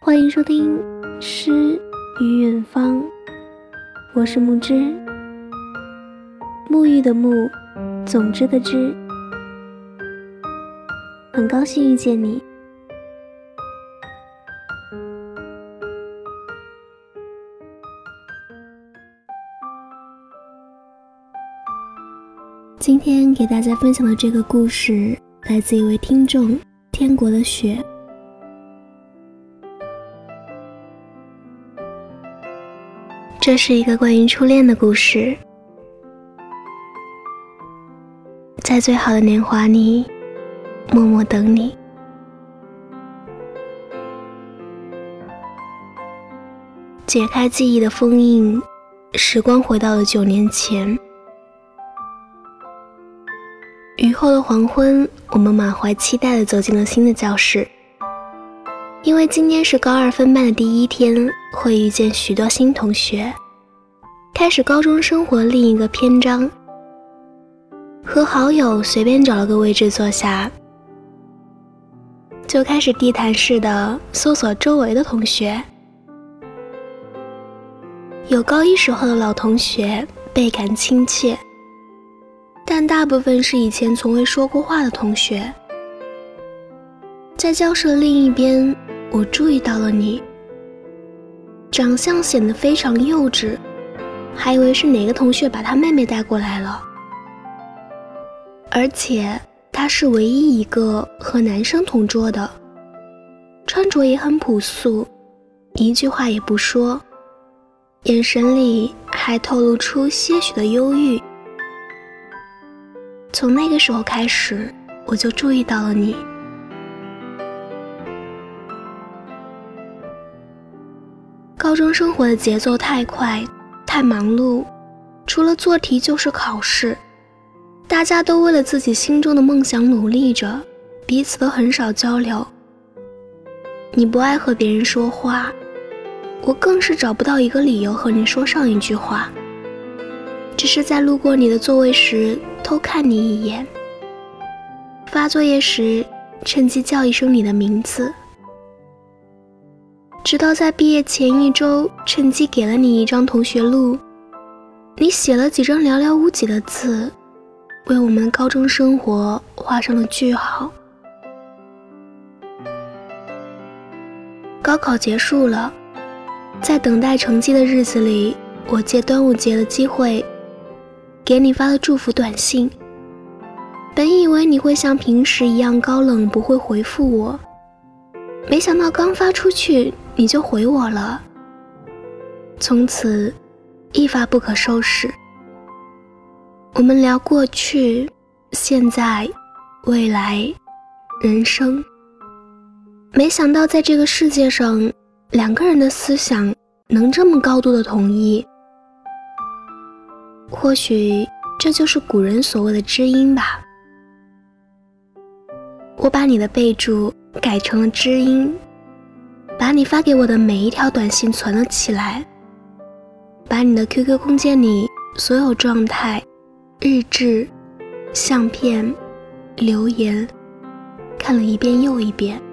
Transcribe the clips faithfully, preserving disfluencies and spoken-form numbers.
欢迎收听诗与远方，我是木之，沐浴的沐，总之的之，很高兴遇见你。今天给大家分享的这个故事来自一位听众天国的雪。这是一个关于初恋的故事。在最好的年华里，默默等你。解开记忆的封印，时光回到了九年前。雨后的黄昏，我们满怀期待地走进了新的教室。因为今天是高二分班的第一天，会遇见许多新同学，开始高中生活的另一个篇章。和好友随便找了个位置坐下，就开始地毯式的搜索周围的同学。有高一时候的老同学，倍感亲切，但大部分是以前从未说过话的同学。在教室的另一边，我注意到了你，长相显得非常幼稚，还以为是哪个同学把他妹妹带过来了。而且他是唯一一个和男生同桌的，穿着也很朴素，一句话也不说，眼神里还透露出些许的忧郁。从那个时候开始，我就注意到了你。高中生活的节奏太快，太忙碌，除了做题就是考试，大家都为了自己心中的梦想努力着，彼此都很少交流。你不爱和别人说话，我更是找不到一个理由和你说上一句话，只是在路过你的座位时偷看你一眼，发作业时趁机叫一声你的名字，直到在毕业前一周趁机给了你一张同学录，你写了几张寥寥无几的字，为我们高中生活画上了句号。高考结束了，在等待成绩的日子里，我借端午节的机会给你发了祝福短信。本以为你会像平时一样高冷，不会回复我，没想到刚发出去你就回我了，从此一发不可收拾。我们聊过去、现在、未来、人生，没想到在这个世界上，两个人的思想能这么高度的统一。或许这就是古人所谓的知音吧。我把你的备注改成了知音，把你发给我的每一条短信存了起来，把你的 Q Q 空间里所有状态、日志、相片、留言看了一遍又一遍，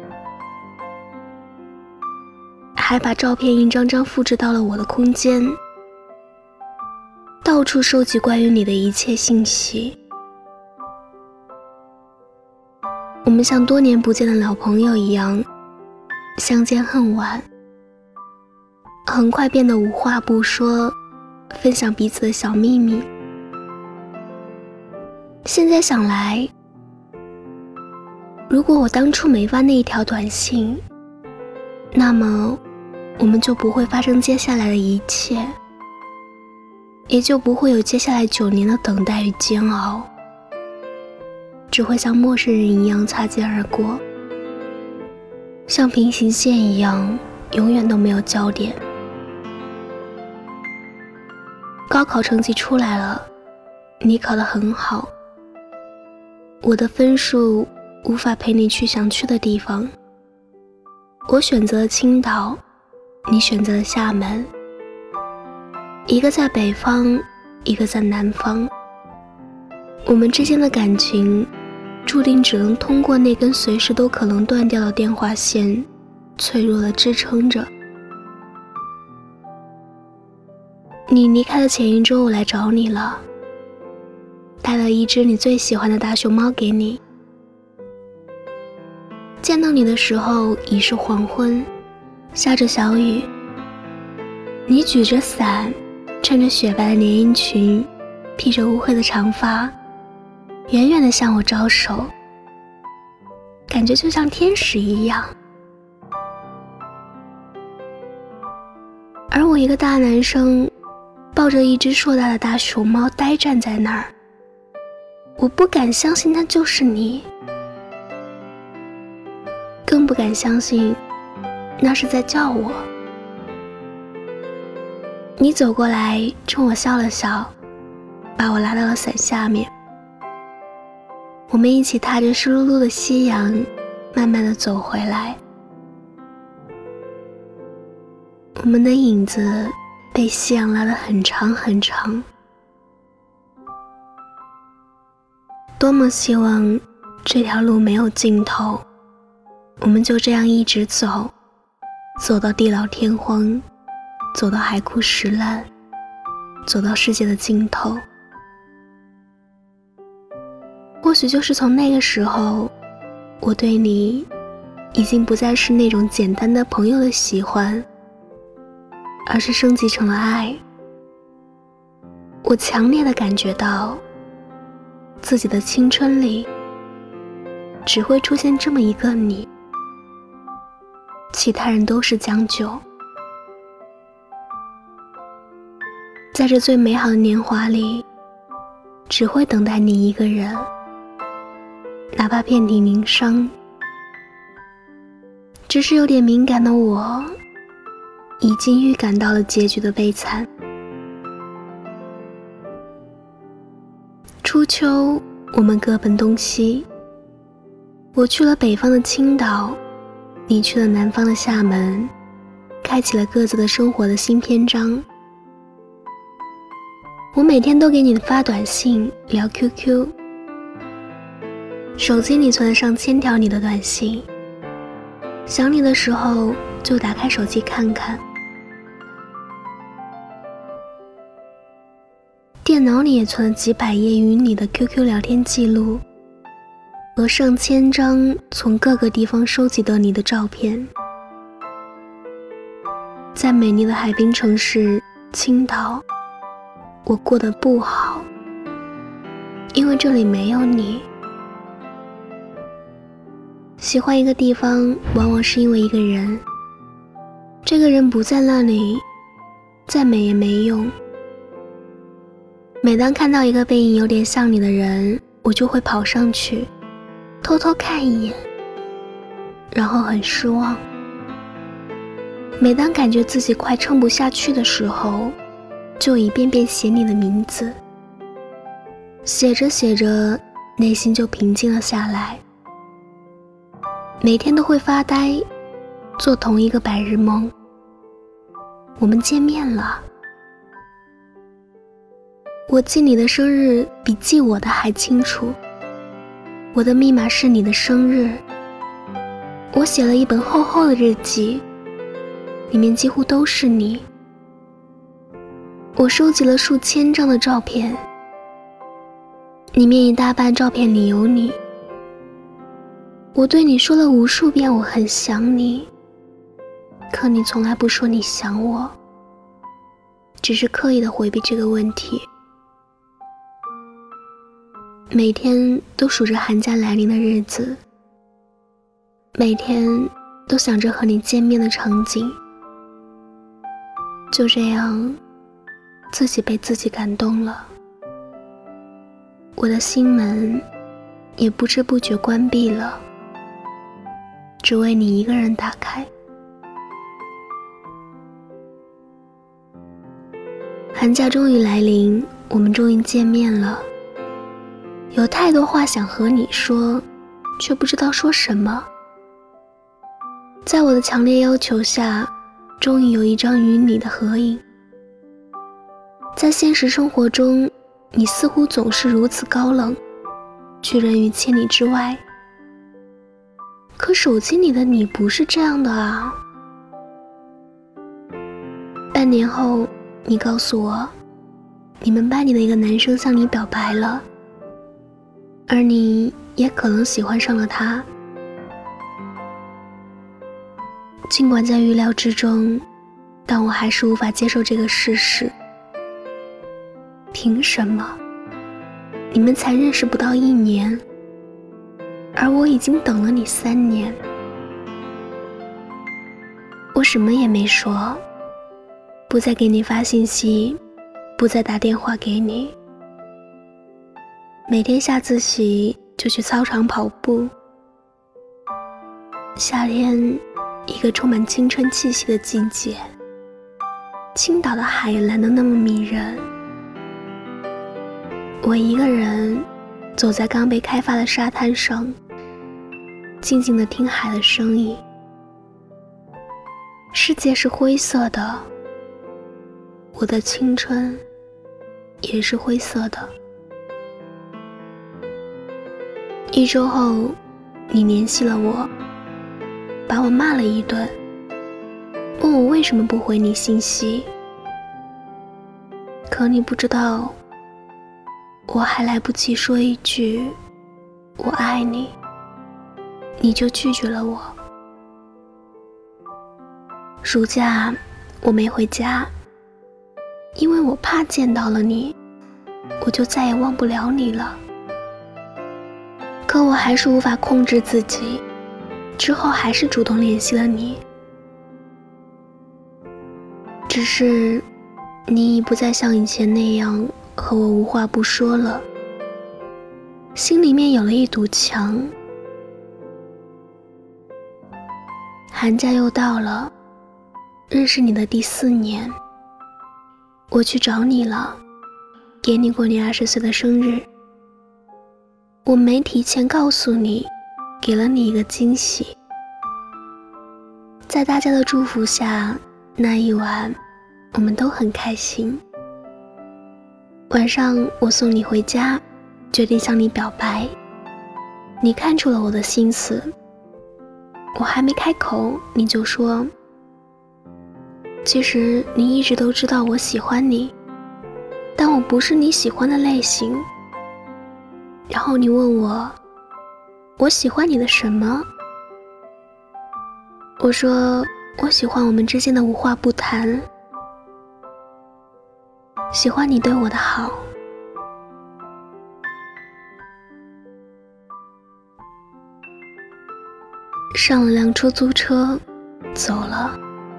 还把照片一张张复制到了我的空间，到处收集关于你的一切信息。我们像多年不见的老朋友一样，相见恨晚，很快变得无话不说，分享彼此的小秘密。现在想来，如果我当初没发那一条短信，那么我们就不会发生接下来的一切，也就不会有接下来九年的等待与煎熬，只会像陌生人一样擦肩而过，像平行线一样永远都没有交点。高考成绩出来了，你考得很好，我的分数无法陪你去想去的地方。我选择了青岛，你选择了厦门，一个在北方，一个在南方。我们之间的感情注定只能通过那根随时都可能断掉的电话线脆弱地支撑着。你离开的前一周，我来找你了，带了一只你最喜欢的大熊猫给你。见到你的时候已是黄昏，下着小雨，你举着伞，穿着雪白的连衣裙，披着乌黑的长发，远远地向我招手，感觉就像天使一样。而我一个大男生抱着一只硕大的大熊猫呆站在那儿，我不敢相信那就是你，更不敢相信那是在叫我。你走过来冲我笑了笑，把我拉到了伞下面。我们一起踏着湿漉漉的夕阳慢慢地走回来，我们的影子被夕阳拉得很长很长。多么希望这条路没有尽头，我们就这样一直走，走到地老天荒，走到海枯石烂，走到世界的尽头。或许就是从那个时候，我对你已经不再是那种简单的朋友的喜欢，而是升级成了爱。我强烈地感觉到自己的青春里只会出现这么一个你，其他人都是将就。在这最美好的年华里，只会等待你一个人，哪怕遍体鳞伤。只是有点敏感的我已经预感到了结局的悲惨。初秋，我们各奔东西，我去了北方的青岛，你去了南方的厦门，开启了各自的生活的新篇章。我每天都给你发短信，聊 Q Q， 手机里存了上千条你的短信，想你的时候就打开手机看看。电脑里也存了几百页与你的 Q Q 聊天记录和上千张从各个地方收集的你的照片。在美丽的海滨城市青岛，我过得不好，因为这里没有你。喜欢一个地方往往是因为一个人，这个人不在那里，再美也没用。每当看到一个背影有点像你的人，我就会跑上去偷偷看一眼，然后很失望。每当感觉自己快撑不下去的时候，就一遍遍写你的名字，写着写着内心就平静了下来。每天都会发呆，做同一个白日梦。我们见面了，我记你的生日比记我的还清楚，我的密码是你的生日。我写了一本厚厚的日记，里面几乎都是你。我收集了数千张的照片，里面一大半照片里有你。我对你说了无数遍我很想你，可你从来不说你想我，只是刻意的回避这个问题。每天都数着寒假来临的日子，每天都想着和你见面的场景，就这样自己被自己感动了，我的心门也不知不觉关闭了，只为你一个人打开。寒假终于来临，我们终于见面了，有太多话想和你说，却不知道说什么。在我的强烈要求下，终于有一张与你的合影。在现实生活中，你似乎总是如此高冷，拒人于千里之外。 可手机里的你不是这样的啊。半年后，你告诉我，你们班里的一个男生向你表白了，而你也可能喜欢上了他。尽管在预料之中，但我还是无法接受这个事实。凭什么？你们才认识不到一年，而我已经等了你三年。我什么也没说，不再给你发信息，不再打电话给你。每天下自习就去操场跑步。夏天，一个充满青春气息的季节，青岛的海蓝得那么迷人。我一个人走在刚被开发的沙滩上，静静地听海的声音。世界是灰色的，我的青春也是灰色的。一周后，你联系了我，把我骂了一顿，问我为什么不回你信息。可你不知道，我还来不及说一句我爱你，你就拒绝了我。暑假我没回家，因为我怕见到了你，我就再也忘不了你了。可我还是无法控制自己，之后还是主动联系了你。只是你已不再像以前那样和我无话不说了，心里面有了一堵墙。寒假又到了，认识你的第四年，我去找你了，给你过你二十岁的生日。我没提前告诉你，给了你一个惊喜。在大家的祝福下，那一晚我们都很开心。晚上我送你回家，决定向你表白。你看出了我的心思，我还没开口，你就说，其实你一直都知道我喜欢你，但我不是你喜欢的类型。然后你问我，我喜欢你的什么？我说，我喜欢我们之间的无话不谈，喜欢你对我的好。上了辆出租车，走了。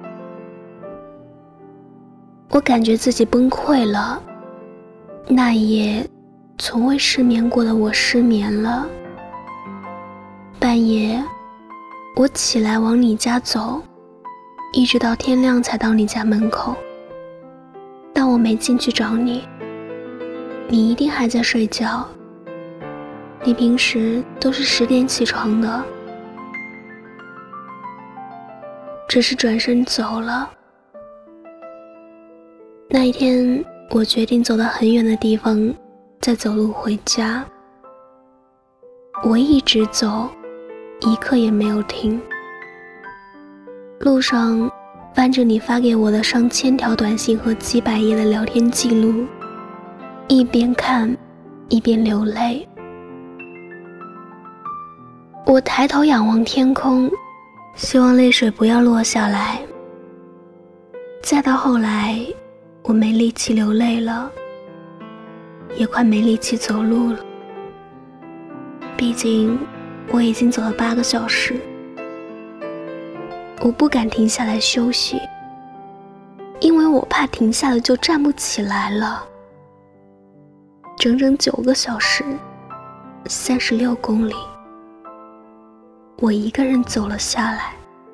我感觉自己崩溃了，那一夜从未失眠过的我失眠了。半夜我起来往你家走，一直到天亮才到你家门口。但我没进去找你，你一定还在睡觉。你平时都是十点起床的。只是转身走了。那一天，我决定走到很远的地方，再走路回家。我一直走，一刻也没有停。路上翻着你发给我的上千条短信和几百页的聊天记录，一边看一边流泪。我抬头仰望天空，希望泪水不要落下来。再到后来，我没力气流泪了，也快没力气走路了。毕竟我已经走了八个小时，我不敢停下来休息，因为我怕停下了就站不起来了。整整九个小时，三十六公里，我一个人走了下来。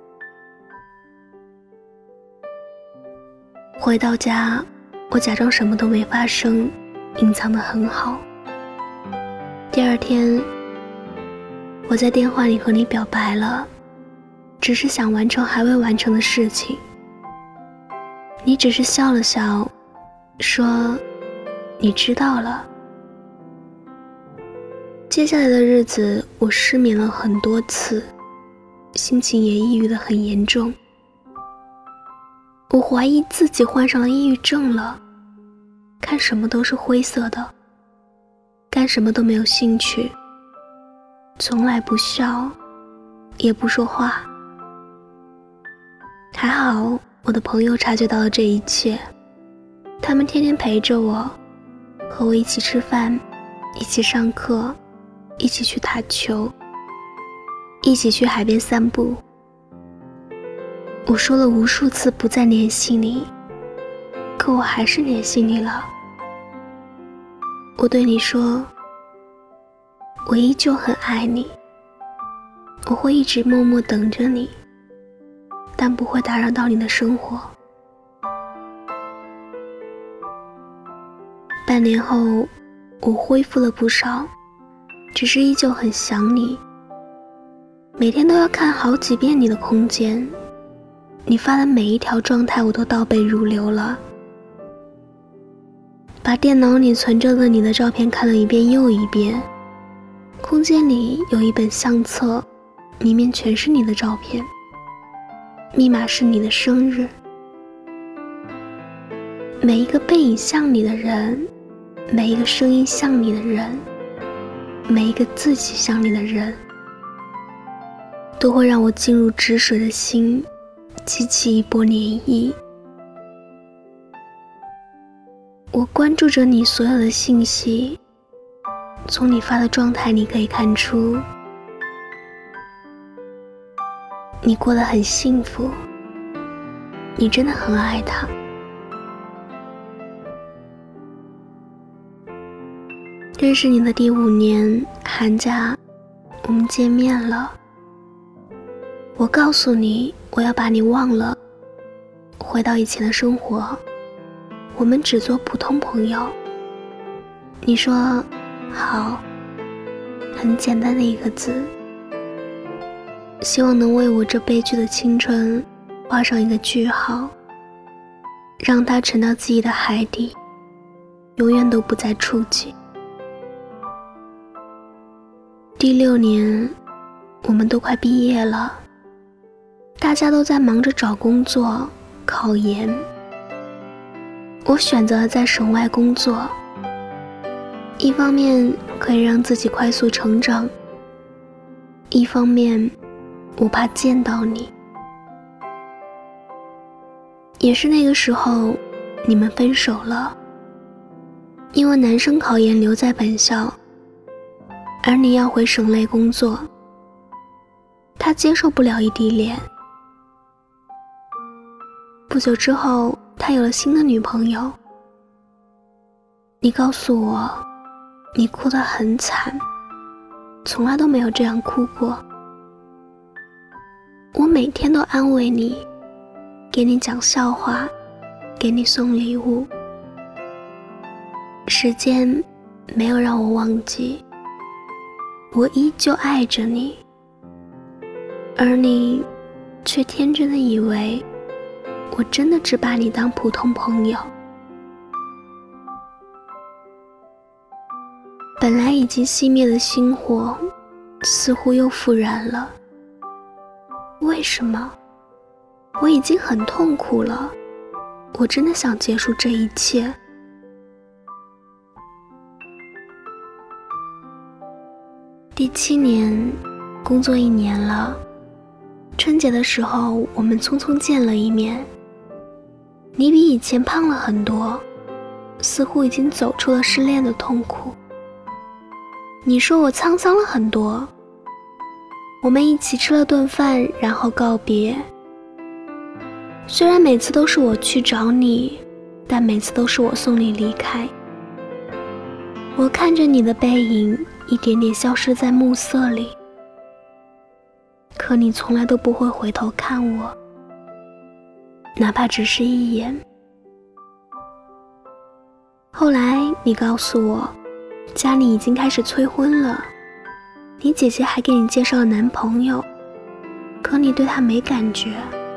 回到家，我假装什么都没发生，隐藏得很好。第二天，我在电话里和你表白了，只是想完成还未完成的事情。你只是笑了笑，说你知道了。接下来的日子，我失眠了很多次， 心情也抑郁得很严重。我怀疑自己患上了抑郁症了，看什么都是灰色的，干什么都没有兴趣，从来不笑，也不说话。还好我的朋友察觉到了这一切，他们天天陪着我，和我一起吃饭，一起上课，一起去打球，一起去海边散步。我说了无数次不再联系你，可我还是联系你了。我对你说，我依旧很爱你，我会一直默默等着你，但不会打扰到你的生活。半年后，我恢复了不少，只是依旧很想你，每天都要看好几遍你的空间，你发的每一条状态我都倒背如流了，把电脑里存着的你的照片看了一遍又一遍，空间里有一本相册，里面全是你的照片，密码是你的生日。每一个背影像你的人，每一个声音像你的人，每一个字迹像你的人，都会让我进入止水的心激起一波涟漪。我关注着你所有的信息，从你发的状态里可以看出，你过得很幸福，你真的很爱他。认识你的第五年寒假，我们见面了。我告诉你，我要把你忘了，回到以前的生活，我们只做普通朋友。你说好，很简单的一个字，希望能为我这悲剧的青春画上一个句号，让它沉到自己的海底，永远都不再触及。第六年，我们都快毕业了，大家都在忙着找工作、考研。我选择了在省外工作，一方面可以让自己快速成长，一方面我怕见到你。也是那个时候，你们分手了，因为男生考研留在本校，而你要回省内工作，他接受不了异地恋。不久之后，他有了新的女朋友。你告诉我，你哭得很惨，从来都没有这样哭过。我每天都安慰你，给你讲笑话，给你送礼物。时间没有让我忘记，我依旧爱着你，而你却天真的以为我真的只把你当普通朋友。本来已经熄灭的星火似乎又复燃了。为什么？我已经很痛苦了，我真的想结束这一切。第七年，工作一年了，春节的时候我们匆匆见了一面。你比以前胖了很多，似乎已经走出了失恋的痛苦。你说我沧桑了很多。我们一起吃了顿饭，然后告别。虽然每次都是我去找你，但每次都是我送你离开。我看着你的背影一点点消失在暮色里，可你从来都不会回头看我，哪怕只是一眼。后来你告诉我，家里已经开始催婚了，你姐姐还给你介绍了男朋友，可你对他没感觉。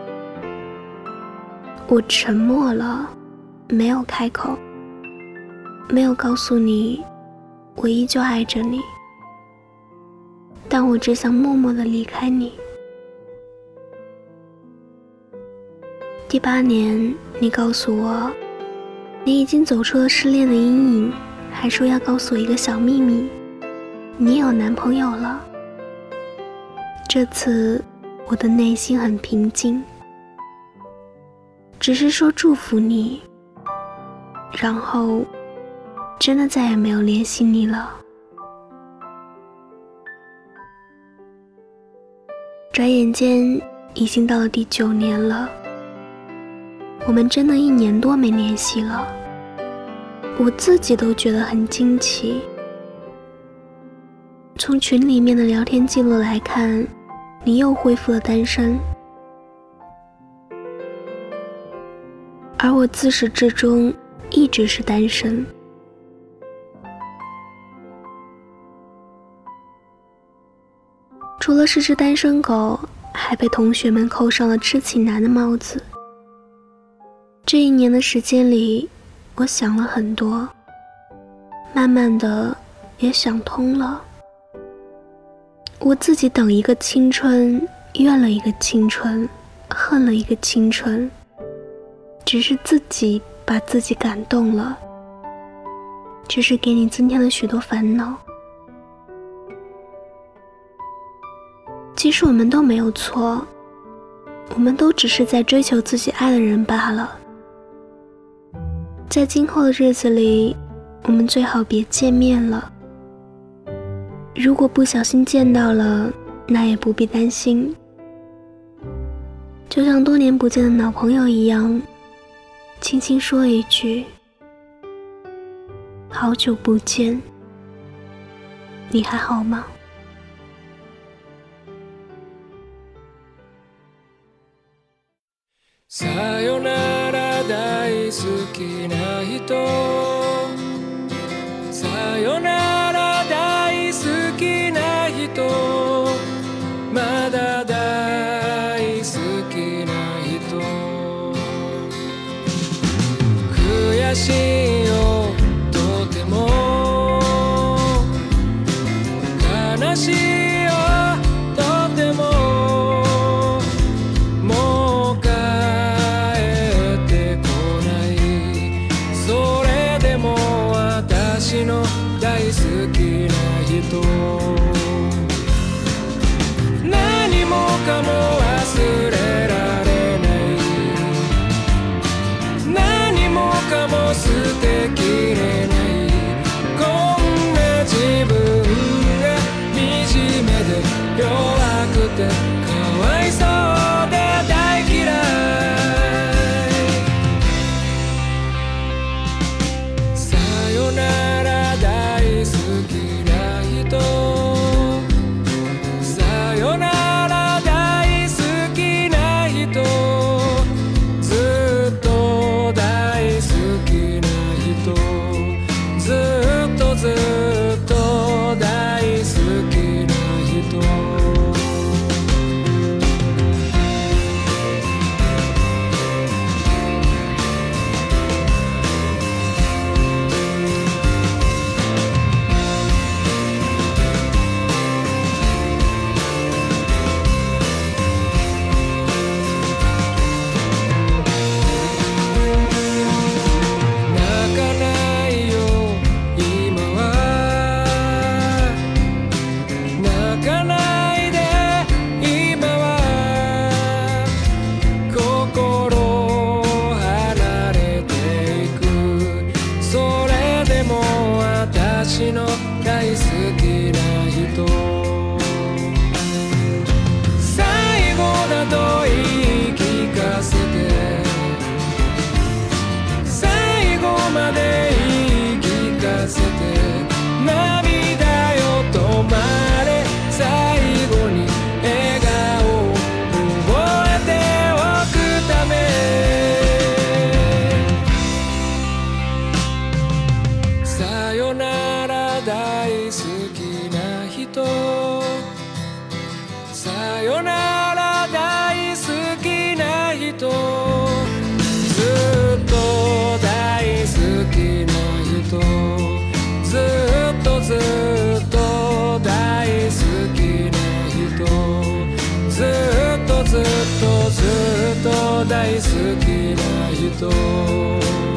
我沉默了，没有开口，没有告诉你我依旧爱着你，但我只想默默地离开你。 第八年，你告诉我，你已经走出了失恋的阴影，还说要告诉我一个小秘密，你有男朋友了。这次我的内心很平静，只是说祝福你，然后真的再也没有联系你了。转眼间已经到了第九年了，我们真的一年多没联系了，我自己都觉得很惊奇。从群里面的聊天记录来看，你又恢复了单身，而我自始至终一直是单身。除了是只单身狗，还被同学们扣上了痴情男的帽子。这一年的时间里，我想了很多，慢慢的也想通了。我自己等一个青春，怨了一个青春，恨了一个青春，只是自己把自己感动了，只是给你增添了许多烦恼。其实我们都没有错，我们都只是在追求自己爱的人罢了。在今后的日子里，我们最好别见面了。如果不小心见到了，那也不必担心。就像多年不见的老朋友一样，轻轻说一句：好久不见，你还好吗？ さよなら大好きな人、さよなら大好きな人、まだ大好きな人、悔しいよとても、悲しいよとても、私の大好きな人、何もかも忘れられない、何もかも捨てきれない、こんな自分が惨めで弱くてかわいそうで大嫌い。さよなら大好きな人、さよなら大好きな人、ずっと大好きな人、ずっとずっと大好きな人、私の大好きな人、最後だと言い聞かせて、最後まで言い聞かせて、涙よ止まれ、最後に笑顔を覚えておくため、さよなら大好きな人、さよなら大好きな人、ずっと大好きな人、ずっとずっと大好きな人、ずっとずっとずっと大大好きな人